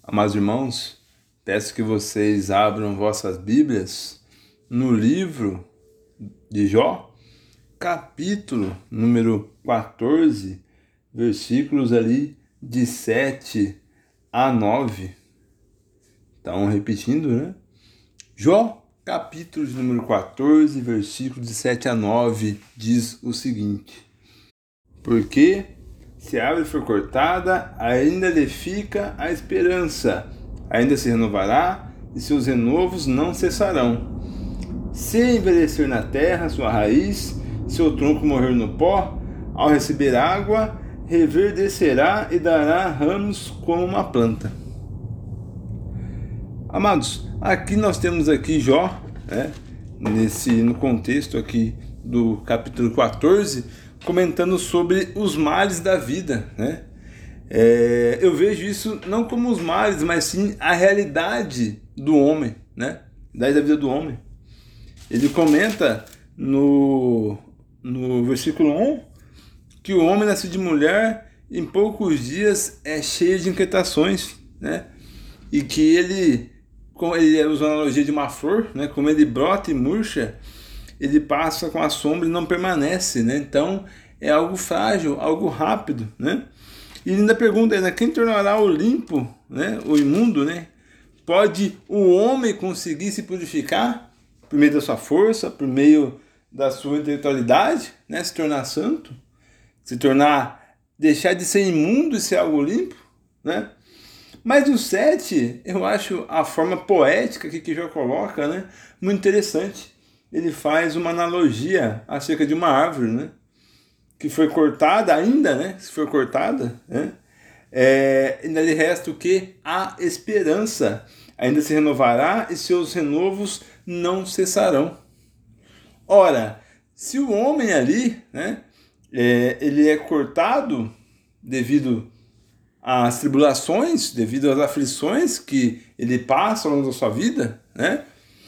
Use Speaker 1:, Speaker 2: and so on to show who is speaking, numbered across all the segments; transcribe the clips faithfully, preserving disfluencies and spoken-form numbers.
Speaker 1: Amados irmãos, peço que vocês abram vossas Bíblias no livro de Jó, capítulo número quatorze, versículos ali de sete a nove. Então, repetindo, né? Jó, capítulo número quatorze, versículos de sete a nove, diz o seguinte: Porque se a árvore for cortada, ainda lhe fica a esperança, ainda se renovará, e seus renovos não cessarão. Se envelhecer na terra sua raiz, seu tronco morrer no pó, ao receber água, reverdecerá e dará ramos como uma planta. Amados, aqui nós temos aqui Jó, né, nesse, no contexto aqui do capítulo quatorze, comentando sobre os males da vida, né? É, eu vejo isso não como os males, mas sim a realidade do homem, né? Da vida do homem. Ele comenta no, no versículo um que o homem nascido de mulher em poucos dias é cheio de inquietações, né? E que ele, como ele usa a analogia de uma flor, né? Como ele brota e murcha, ele passa com a sombra e não permanece, né? Então é algo frágil, algo rápido, né? E ele ainda pergunta, né? Quem tornará o limpo, né? O imundo, né? Pode o homem conseguir se purificar por meio da sua força, por meio da sua intelectualidade, né? Se tornar santo, se tornar, deixar de ser imundo e ser algo limpo, né? Mas o sete, eu acho a forma poética que, que Jó coloca, né? Muito interessante. Ele faz uma analogia acerca de uma árvore, né? Que foi cortada ainda, né? Se foi cortada, né? É, ainda lhe resta o que? A esperança. Ainda se renovará e seus renovos não cessarão. Ora, se o homem ali, né? É, ele é cortado devido às tribulações, devido às aflições que ele passa ao longo da sua vida, né?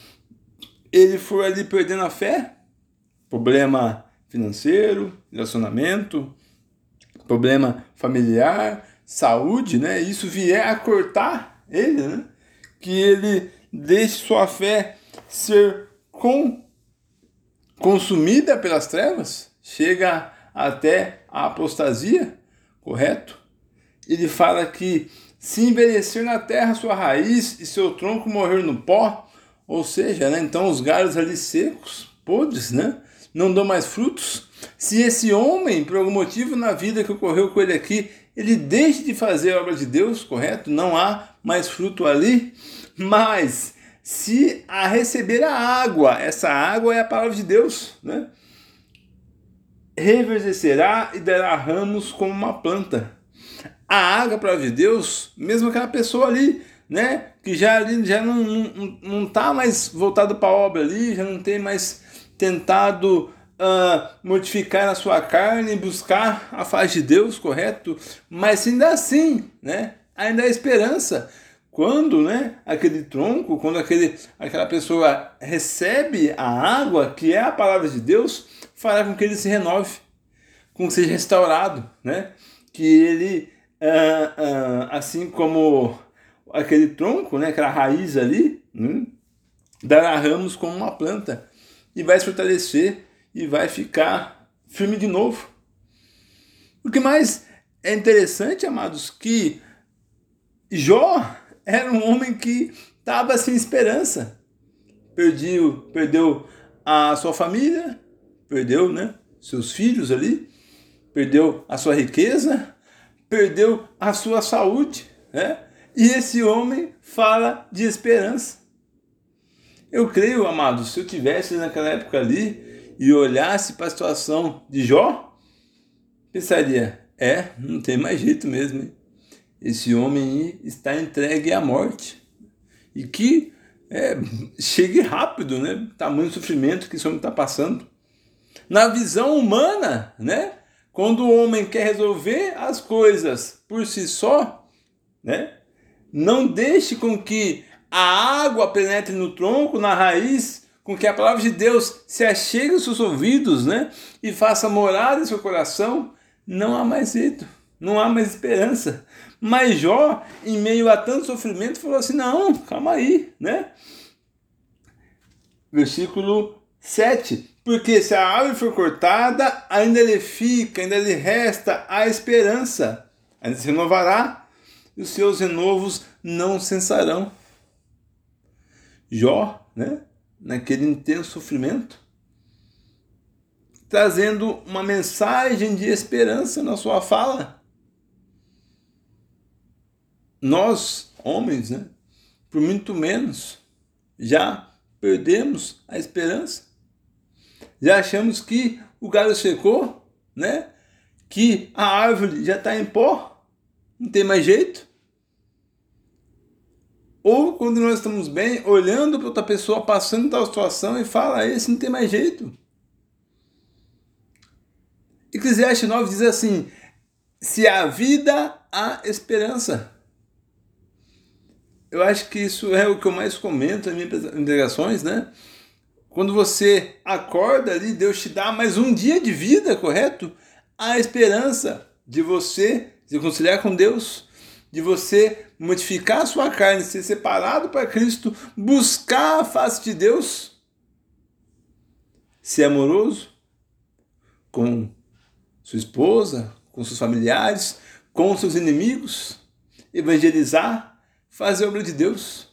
Speaker 1: Ele foi ali perdendo a fé, problema financeiro, relacionamento, problema familiar, saúde, né? Isso vier a cortar ele, né? Que ele deixe sua fé ser com, consumida pelas trevas, chega até a apostasia, correto? Ele fala que se envelhecer na terra sua raiz e seu tronco morrer no pó, ou seja, né, então os galhos ali secos, podres, né, não dão mais frutos. Se esse homem, por algum motivo na vida que ocorreu com ele aqui, ele deixa de fazer a obra de Deus, correto? Não há mais fruto ali. Mas se a receber a água, essa água é a palavra de Deus, né, reverdecerá e dará ramos como uma planta. A água, a palavra de Deus, mesmo aquela pessoa ali, né, que já, ali, já não está não, não tá mais voltado para a obra ali, já não tem mais tentado uh, mortificar a sua carne e buscar a face de Deus, correto? Mas ainda assim, né, ainda há esperança. Quando, né, aquele tronco, quando aquele, aquela pessoa recebe a água, que é a palavra de Deus, fará com que ele se renove, com que seja restaurado, né? Que ele, uh, uh, assim como aquele tronco, né, aquela raiz ali, hum, dará ramos como uma planta e vai se fortalecer e vai ficar firme de novo. O que mais é interessante, amados, que Jó era um homem que estava sem esperança. Perdeu, perdeu a sua família, perdeu, né, seus filhos ali, perdeu a sua riqueza, perdeu a sua saúde, né? E esse homem fala de esperança. Eu creio, amados, se eu tivesse naquela época ali e olhasse para a situação de Jó, pensaria, é, não tem mais jeito mesmo, hein? Esse homem está entregue à morte. E que é, chegue rápido, né? Tamanho sofrimento que esse homem está passando. Na visão humana, né? Quando o homem quer resolver as coisas por si só, né? Não deixe com que a água penetre no tronco, na raiz, com que a palavra de Deus se achegue aos seus ouvidos, né? E faça morada em seu coração. Não há mais jeito, não há mais esperança. Mas Jó, em meio a tanto sofrimento, falou assim, não, calma aí, né? Versículo sete. Porque se a árvore for cortada, ainda lhe fica, ainda lhe resta a esperança. Ainda se renovará, e os seus renovos não cessarão. Jó, né? Naquele intenso sofrimento, trazendo uma mensagem de esperança na sua fala. Nós, homens, né? Por muito menos, já perdemos a esperança. Já achamos que o galho secou, né? Que a árvore já está em pó, não tem mais jeito. Ou quando nós estamos bem, olhando para outra pessoa passando tal situação e fala, esse não tem mais jeito. Eclesiastes nove diz assim, se há vida, há esperança. Eu acho que isso é o que eu mais comento nas minhas pregações, né? Quando você acorda ali, Deus te dá mais um dia de vida, correto? Há esperança de você se reconciliar com Deus, de você modificar a sua carne, ser separado para Cristo, buscar a face de Deus, ser amoroso com sua esposa, com seus familiares, com seus inimigos, evangelizar, fazer a obra de Deus.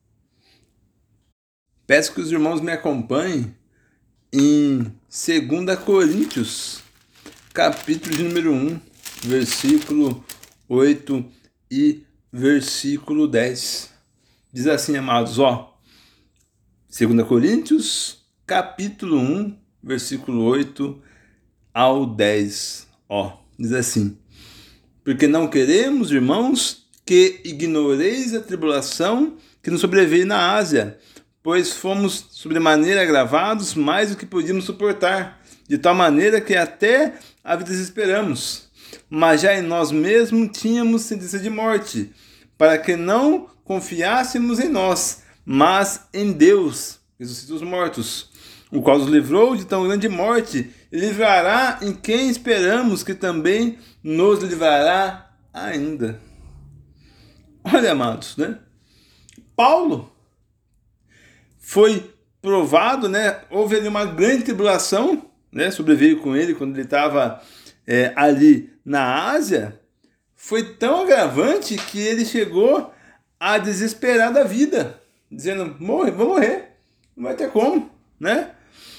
Speaker 1: Peço que os irmãos me acompanhem em dois Coríntios, capítulo de número um, versículo oito e versículo dez. Diz assim, amados, ó, dois Coríntios, capítulo um, versículo oito ao dez, ó, diz assim, porque não queremos, irmãos, que ignoreis a tribulação que nos sobreveio na Ásia, pois fomos sobremaneira agravados mais do que podíamos suportar, de tal maneira que até a vida desesperamos. Mas já em nós mesmos tínhamos sentença de morte, para que não confiássemos em nós, mas em Deus, ressuscita os mortos, o qual nos livrou de tão grande morte, e livrará em quem esperamos que também nos livrará ainda. Olha, amados, né? Paulo foi provado, né? Houve ali uma grande tribulação, né? Sobreveio com ele quando ele estava é, ali na Ásia. Foi tão agravante que ele chegou a desesperar da vida, dizendo, morre, vou morrer, não vai ter como, né?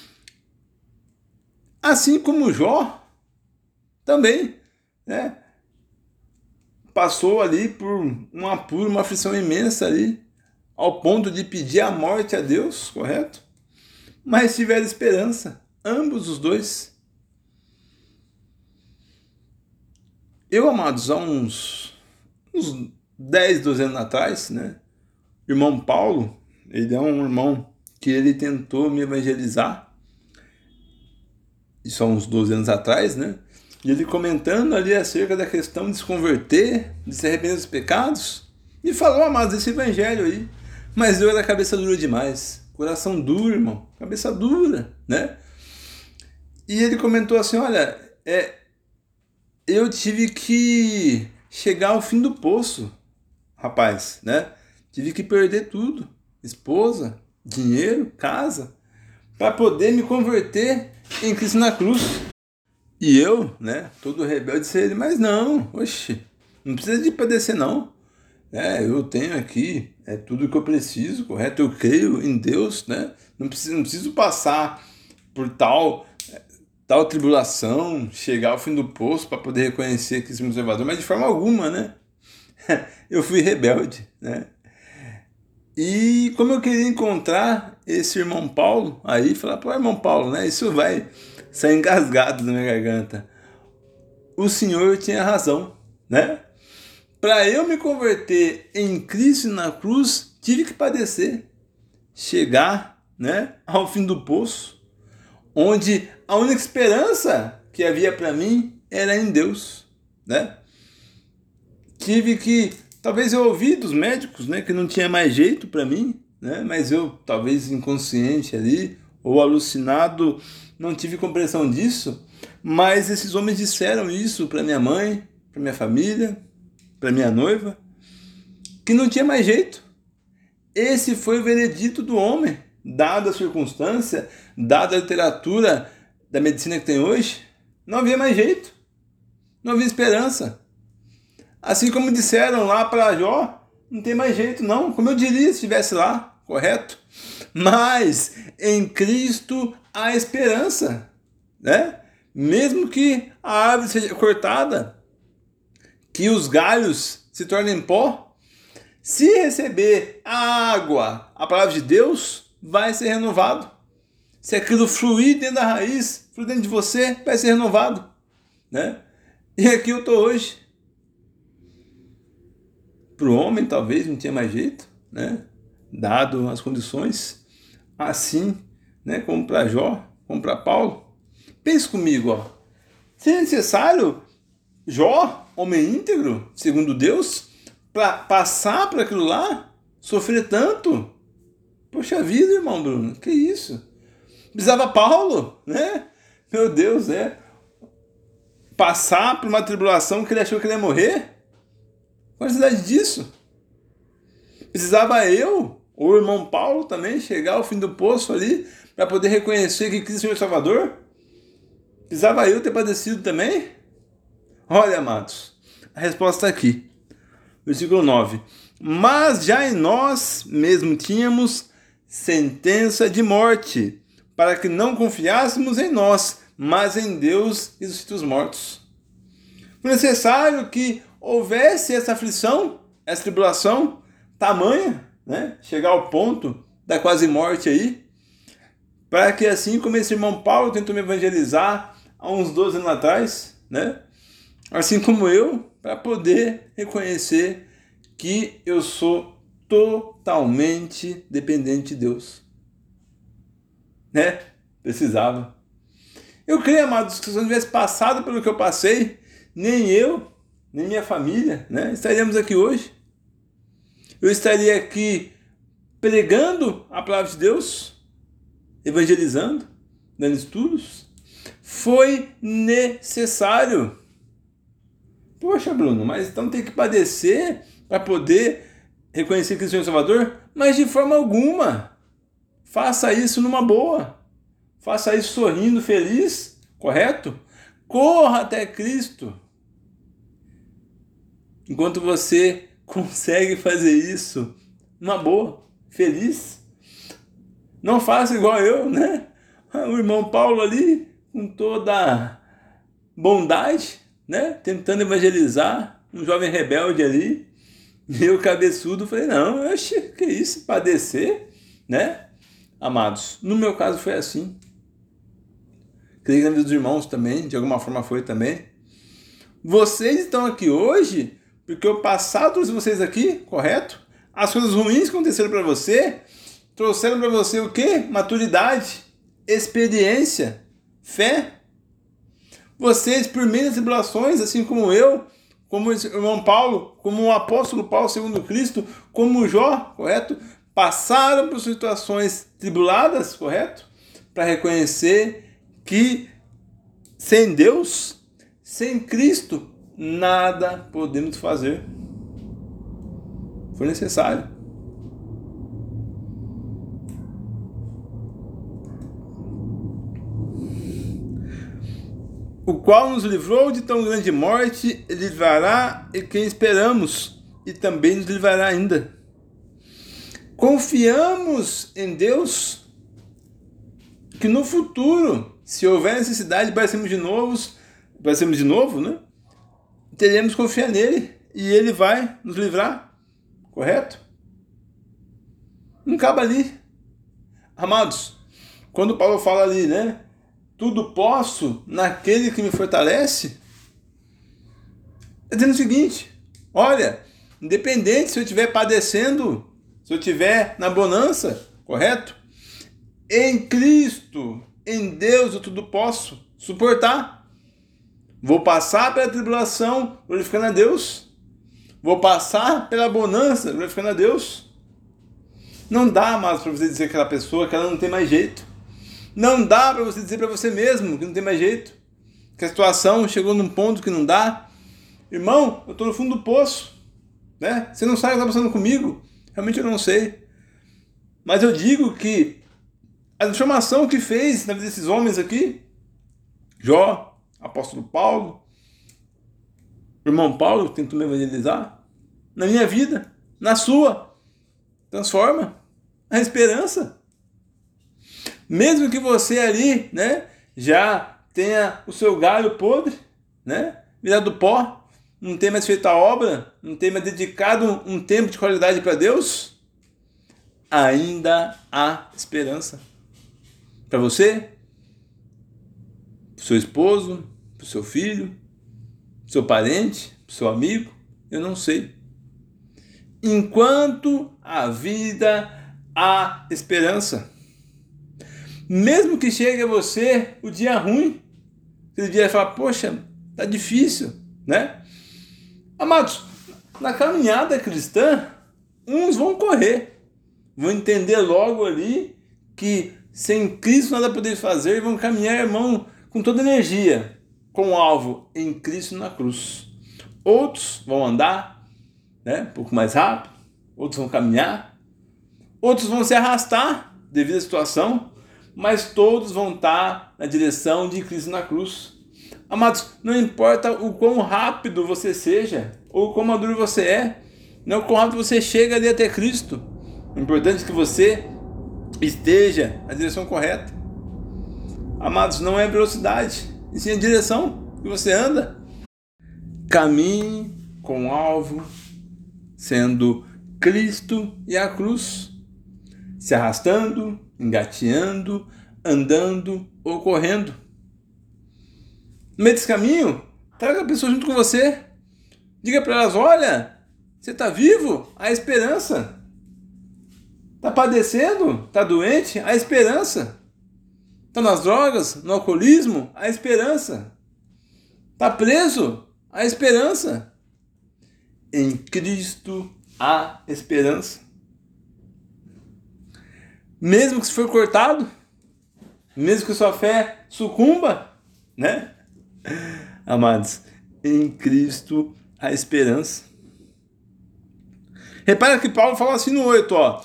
Speaker 1: Assim como Jó também, né? Passou ali por um apuro, uma aflição imensa ali, ao ponto de pedir a morte a Deus, correto? Mas tiveram esperança, ambos os dois. Eu, amados, há uns, uns dez, doze anos atrás, né? O irmão Paulo, ele é um irmão que ele tentou me evangelizar, isso há uns doze anos atrás, né? E ele comentando ali acerca da questão de se converter, de se arrepender dos pecados, e falou, amados, esse evangelho aí. Mas eu era cabeça dura demais, coração duro, irmão, cabeça dura, né? E ele comentou assim, olha, é, eu tive que chegar ao fim do poço, rapaz, né? Tive que perder tudo, esposa, dinheiro, casa, para poder me converter em Cristo na cruz. E eu, né, todo rebelde, disse ele, mas não, oxe, não precisa de padecer não. É, eu tenho aqui é tudo que eu preciso, correto? Eu creio em Deus, né? Não preciso, não preciso passar por tal, tal tribulação, chegar ao fim do poço para poder reconhecer que esse meu Salvador, mas de forma alguma, né? Eu fui rebelde, né? E como eu queria encontrar esse irmão Paulo, aí falar para o irmão Paulo, né? Isso vai sair engasgado na minha garganta. O Senhor tinha razão, né? Para eu me converter em Cristo na cruz, tive que padecer, chegar, né, ao fim do poço, onde a única esperança que havia para mim era em Deus, né? Tive que, talvez eu ouvi dos médicos, né, que não tinha mais jeito para mim, né, mas eu, talvez inconsciente ali, ou alucinado, não tive compreensão disso, mas esses homens disseram isso para minha mãe, para minha família, para minha noiva, que não tinha mais jeito. Esse foi o veredito do homem, dada a circunstância, dada a literatura da medicina que tem hoje. Não havia mais jeito, não havia esperança. Assim como disseram lá para Jó, não tem mais jeito não, como eu diria se estivesse lá, correto? Mas em Cristo há esperança, né? Mesmo que a árvore seja cortada, que os galhos se tornem pó, se receber a água, a palavra de Deus, vai ser renovado. Se aquilo fluir dentro da raiz, fluir dentro de você, vai ser renovado, né? E aqui eu estou hoje. Para o homem, talvez, não tinha mais jeito, né? Dado as condições, assim, né? Como para Jó, como para Paulo. Pense comigo, ó. Seria necessário Jó, homem íntegro, segundo Deus, para passar por aquilo lá, sofrer tanto? Poxa vida, irmão Bruno, que isso? Precisava Paulo, né? Meu Deus, né? Passar por uma tribulação que ele achou que ele ia morrer? Qual a necessidade disso? Precisava eu, ou o irmão Paulo também, chegar ao fim do poço ali, para poder reconhecer que Cristo é o Salvador? Precisava eu ter padecido também? Olha, amados, a resposta está aqui. Versículo nove. Mas já em nós mesmo tínhamos sentença de morte, para que não confiássemos em nós, mas em Deus e dos dos mortos. Foi necessário que houvesse essa aflição, essa tribulação tamanha, né? Chegar ao ponto da quase morte aí, para que assim como esse irmão Paulo tentou me evangelizar há uns doze anos atrás, né? Assim como eu, para poder reconhecer que eu sou totalmente dependente de Deus, né? Precisava. Eu creio, amados, que se eu não tivesse passado pelo que eu passei, nem eu, nem minha família, né, estaríamos aqui hoje. Eu estaria aqui pregando a palavra de Deus, evangelizando, dando estudos. Foi necessário. Poxa, Bruno, mas então tem que padecer para poder reconhecer que Cristo é o Salvador? Mas de forma alguma. Faça isso numa boa. Faça isso sorrindo, feliz, correto? Corra até Cristo. Enquanto você consegue fazer isso numa boa, feliz. Não faça igual eu, né? O irmão Paulo ali, com toda bondade, né? Tentando evangelizar, um jovem rebelde ali. E eu, cabeçudo, falei, não, oxe, que isso, padecer, né? Amados, no meu caso foi assim. Creio que na vida dos irmãos também, de alguma forma foi também. Vocês estão aqui hoje porque o passado trouxe vocês aqui, correto? As coisas ruins que aconteceram para você trouxeram para você o quê? Maturidade, experiência, fé. Vocês, por meio das tribulações, assim como eu, como o irmão Paulo, como o apóstolo Paulo segundo Cristo, como Jó, correto? Passaram por situações tribuladas, correto? Para reconhecer que sem Deus, sem Cristo, nada podemos fazer. Foi necessário. O qual nos livrou de tão grande morte, livrará e quem esperamos, e também nos livrará ainda. Confiamos em Deus que no futuro, se houver necessidade de parecermos de novo, parecermos de novo, né? Teremos que confiar nele e ele vai nos livrar, correto? Não acaba ali. Amados, quando Paulo fala ali, né? Tudo posso naquele que me fortalece. Está dizendo o seguinte, olha, independente se eu estiver padecendo, se eu estiver na bonança, correto? Em Cristo, em Deus eu tudo posso suportar. Vou passar pela tribulação, glorificando a Deus. Vou passar pela bonança, glorificando a Deus. Não dá mais para você dizer àquela pessoa que ela não tem mais jeito. Não dá para você dizer para você mesmo que não tem mais jeito. Que a situação chegou num ponto que não dá. irmão, eu estou no fundo do poço, né? Você não sabe o que está passando comigo? Realmente eu não sei. Mas eu digo que a transformação que fez na vida desses homens aqui, Jó, apóstolo Paulo, irmão Paulo, que tentou me evangelizar, na minha vida, na sua, transforma a esperança. Mesmo que você ali, né, já tenha o seu galho podre, né, virado pó, não tenha mais feito a obra, não tenha mais dedicado um tempo de qualidade para Deus, ainda há esperança. Para você, para o seu esposo, para o seu filho, para o seu parente, para o seu amigo, eu não sei. Enquanto a vida há esperança. Mesmo que chegue a você o dia ruim, aquele dia vai falar, poxa, tá difícil, né? Amados, na caminhada cristã, uns vão correr, vão entender logo ali que sem Cristo nada poder fazer e vão caminhar, irmão, com toda energia, com o alvo em Cristo na cruz. Outros vão andar, né, um pouco mais rápido, outros vão caminhar, outros vão se arrastar devido à situação, mas todos vão estar na direção de Cristo na cruz. Amados, não importa o quão rápido você seja, ou quão maduro você é, não o quão rápido você chega ali até Cristo. O importante é que você esteja na direção correta. Amados, não é a velocidade, e sim a direção que você anda. Caminhe com o alvo, sendo Cristo e a cruz, se arrastando, engateando, andando ou correndo. No meio desse caminho, traga a pessoa junto com você. Diga para elas, olha, você está vivo? Há esperança. Está padecendo? Está doente? Há esperança. Está nas drogas? No alcoolismo? Há esperança. Está preso? Há esperança. Em Cristo há esperança. Mesmo que se for cortado, mesmo que sua fé sucumba, né? Amados, em Cristo há esperança. Repara que Paulo fala assim no oito, ó.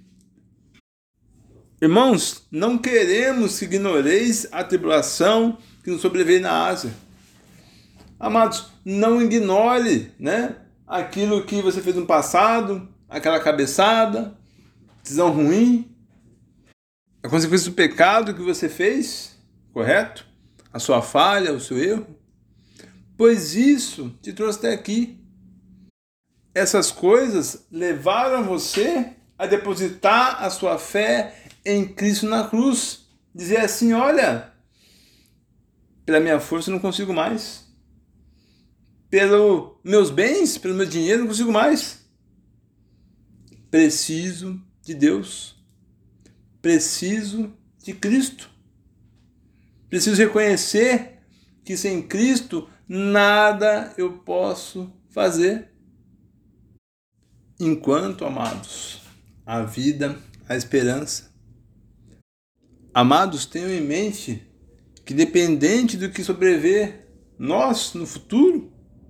Speaker 1: Irmãos, não queremos que ignoreis a tribulação que nos sobreveio na Ásia. Amados, não ignore, né, aquilo que você fez no passado, aquela cabeçada, decisão ruim, a consequência do pecado que você fez, correto? A sua falha, o seu erro. Pois isso te trouxe até aqui. Essas coisas levaram você a depositar a sua fé em Cristo na cruz. Dizer assim, olha, pela minha força eu não consigo mais. Pelos meus bens, pelo meu dinheiro, não consigo mais. Preciso de Deus. Preciso de Cristo. Preciso reconhecer que sem Cristo nada eu posso fazer. Enquanto, amados, a vida, a esperança. Amados, tenham em mente que dependente do que sobreviver nós no futuro,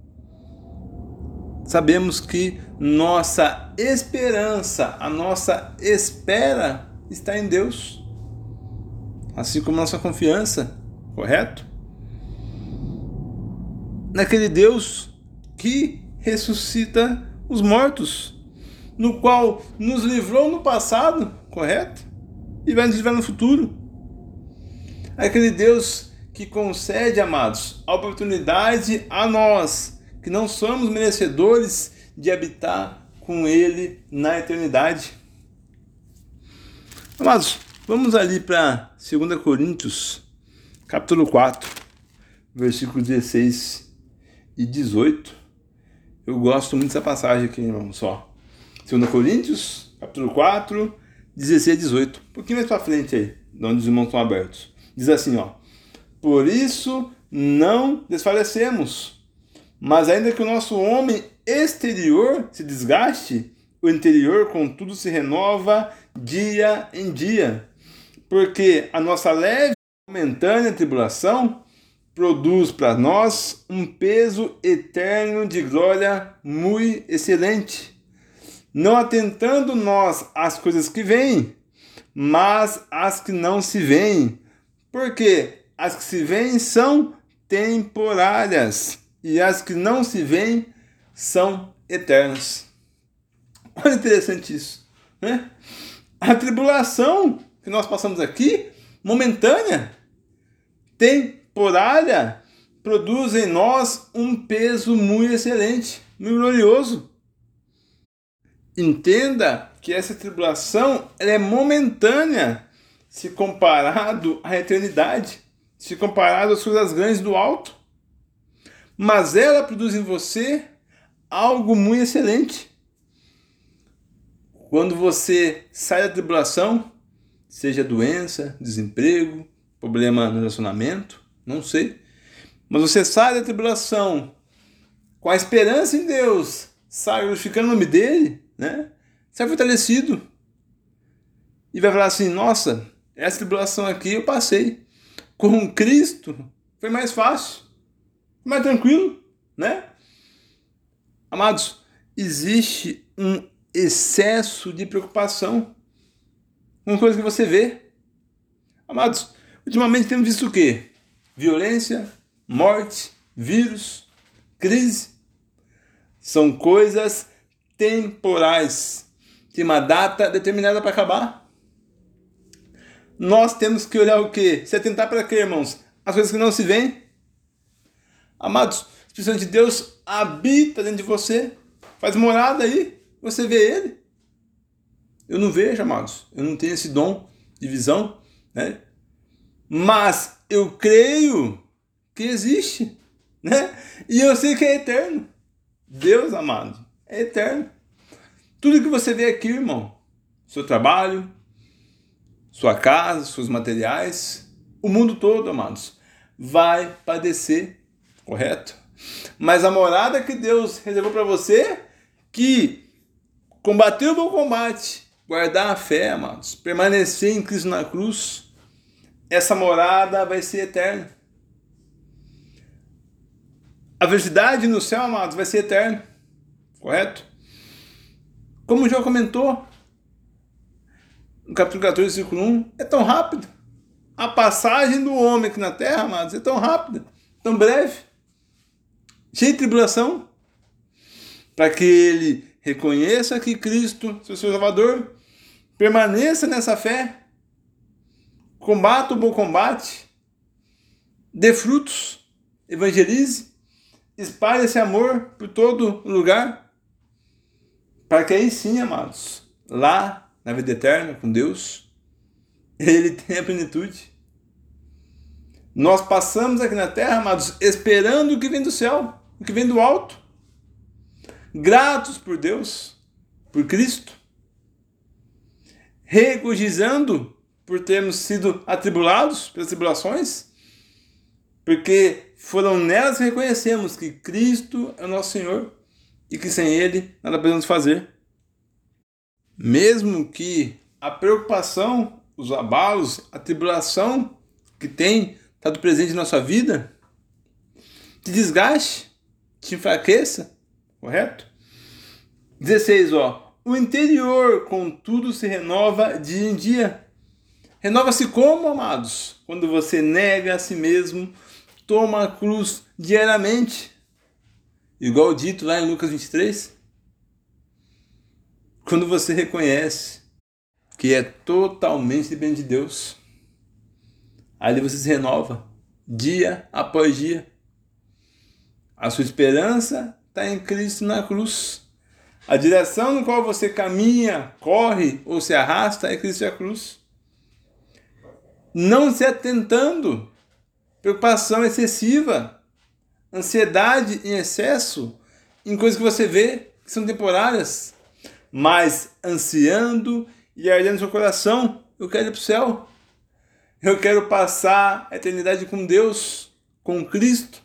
Speaker 1: sabemos que nossa esperança, a nossa espera está em Deus. Assim como nossa confiança, correto? Naquele Deus que ressuscita os mortos, no qual nos livrou no passado, correto? E vai nos livrar no futuro. Aquele Deus que concede, amados, a oportunidade a nós, que não somos merecedores de habitar com Ele na eternidade. Amados, vamos ali para dois Coríntios, capítulo quatro, versículos dezesseis e dezoito. Eu gosto muito dessa passagem aqui, irmão, só. dois Coríntios, capítulo quatro, dezesseis e dezoito. Um pouquinho mais para frente aí, de onde os irmãos estão abertos. Diz assim, ó. Por isso não desfalecemos, mas ainda que o nosso homem exterior se desgaste, o interior, contudo, se renova dia em dia. Porque a nossa leve e momentânea tribulação produz para nós um peso eterno de glória muito excelente, não atentando nós às coisas que vêm, mas às que não se veem, porque as que se veem são temporárias e as que não se veem são eternas. Olha interessante isso, né? A tribulação que nós passamos aqui, momentânea, temporária, produz em nós um peso muito excelente, muito glorioso. Entenda que essa tribulação ela é momentânea se comparado à eternidade, se comparado às coisas grandes do alto. Mas ela produz em você algo muito excelente. Quando você sai da tribulação, seja doença, desemprego, problema no relacionamento, não sei, mas você sai da tribulação com a esperança em Deus, sai glorificando o nome dele, né? Sai fortalecido e vai falar assim: nossa, essa tribulação aqui eu passei. Com Cristo foi mais fácil, mais tranquilo, né? Amados, existe um excesso de preocupação com coisas que você vê. Amados, ultimamente temos visto o quê? Violência, morte, vírus, crise. São coisas temporais. Tem uma data determinada para acabar. Nós temos que olhar o quê? Se atentar para quê, irmãos? As coisas que não se veem. Amados, o Espírito Santo de Deus habita dentro de você. Faz morada aí. Você vê ele. Eu não vejo, amados. Eu não tenho esse dom de visão, né? Mas eu creio que existe, né? E eu sei que é eterno. Deus, amado, é eterno. Tudo que você vê aqui, irmão, seu trabalho, sua casa, seus materiais, o mundo todo, amados, vai padecer, correto? Mas a morada que Deus reservou para você, que combater o bom combate, guardar a fé, amados, permanecer em Cristo na cruz, essa morada vai ser eterna. A felicidade no céu, amados, vai ser eterna, correto? Como o João comentou, no capítulo quatorze, versículo um, é tão rápido. A passagem do homem aqui na terra, amados, é tão rápida, tão breve, cheia de tribulação, para que ele reconheça que Cristo, seu Salvador, permaneça nessa fé, combata o bom combate, dê frutos, evangelize, espalhe esse amor por todo lugar, para que aí sim, amados, lá na vida eterna com Deus, ele tenha plenitude. Nós passamos aqui na terra, amados, esperando o que vem do céu, o que vem do alto, gratos por Deus, por Cristo, regozijando por termos sido atribulados pelas tribulações, porque foram nelas que reconhecemos que Cristo é o nosso Senhor e que sem Ele nada podemos fazer. Mesmo que a preocupação, os abalos, a tribulação que tem estado presente na sua vida te desgaste, te enfraqueça, correto? dezesseis, ó. O interior, contudo, se renova dia em dia. Renova-se como, amados? Quando você nega a si mesmo, toma a cruz diariamente. Igual dito lá em Lucas vinte e três. Quando você reconhece que é totalmente dependente de Deus, ali você se renova, dia após dia. A sua esperança está em Cristo na cruz. A direção no qual você caminha, corre ou se arrasta é Cristo e a cruz. Não se atentando, preocupação excessiva, ansiedade em excesso, em coisas que você vê que são temporárias, mas ansiando e ardendo no seu coração, eu quero ir para o céu. Eu quero passar a eternidade com Deus, com Cristo.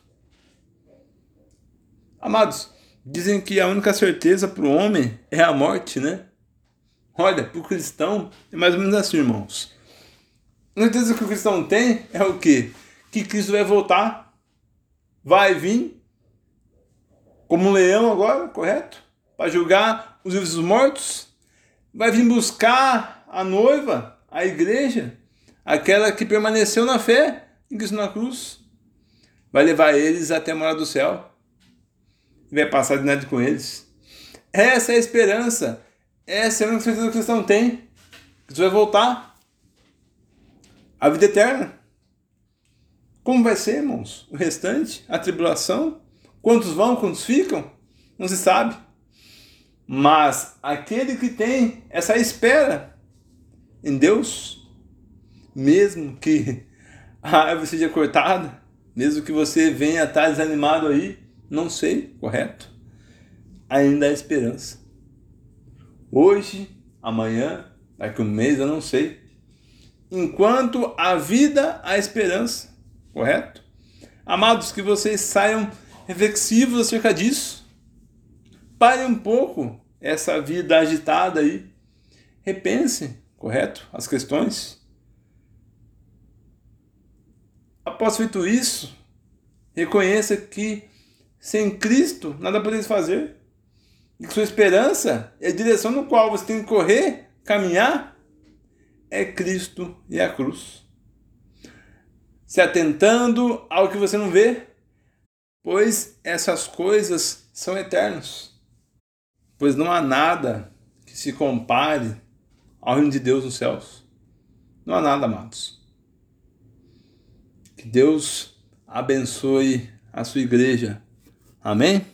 Speaker 1: Amados, dizem que a única certeza para o homem é a morte, né? Olha, para o cristão é mais ou menos assim, irmãos. A certeza que o cristão tem é o quê? Que Cristo vai voltar. vai vir como um leão agora, correto? Para julgar os vivos e os mortos. Vai vir buscar a noiva, a igreja, aquela que permaneceu na fé em Cristo na cruz. Vai levar eles até a morada do céu. E vai passar de nada com eles. Essa é a esperança. Essa é a única certeza que o cristão tem. Jesus vai voltar. A vida eterna. Como vai ser, irmãos? O restante? A tribulação? Quantos vão, quantos ficam? Não se sabe. Mas aquele que tem essa espera em Deus, mesmo que a árvore seja cortada, mesmo que você venha estar desanimado aí, não sei, correto? Ainda há esperança. Hoje, amanhã, daqui a um mês, eu não sei. Enquanto há vida, há esperança, correto? Amados, que vocês saiam reflexivos acerca disso. Parem um pouco essa vida agitada aí. Repensem, correto? As questões. Após feito isso, reconheça que sem Cristo nada podeis fazer. E que sua esperança e a direção no qual você tem que correr, caminhar, é Cristo e a cruz. Se atentando ao que você não vê, pois essas coisas são eternas. Pois não há nada que se compare ao reino de Deus nos céus. Não há nada, amados. Que Deus abençoe a sua igreja. Amém?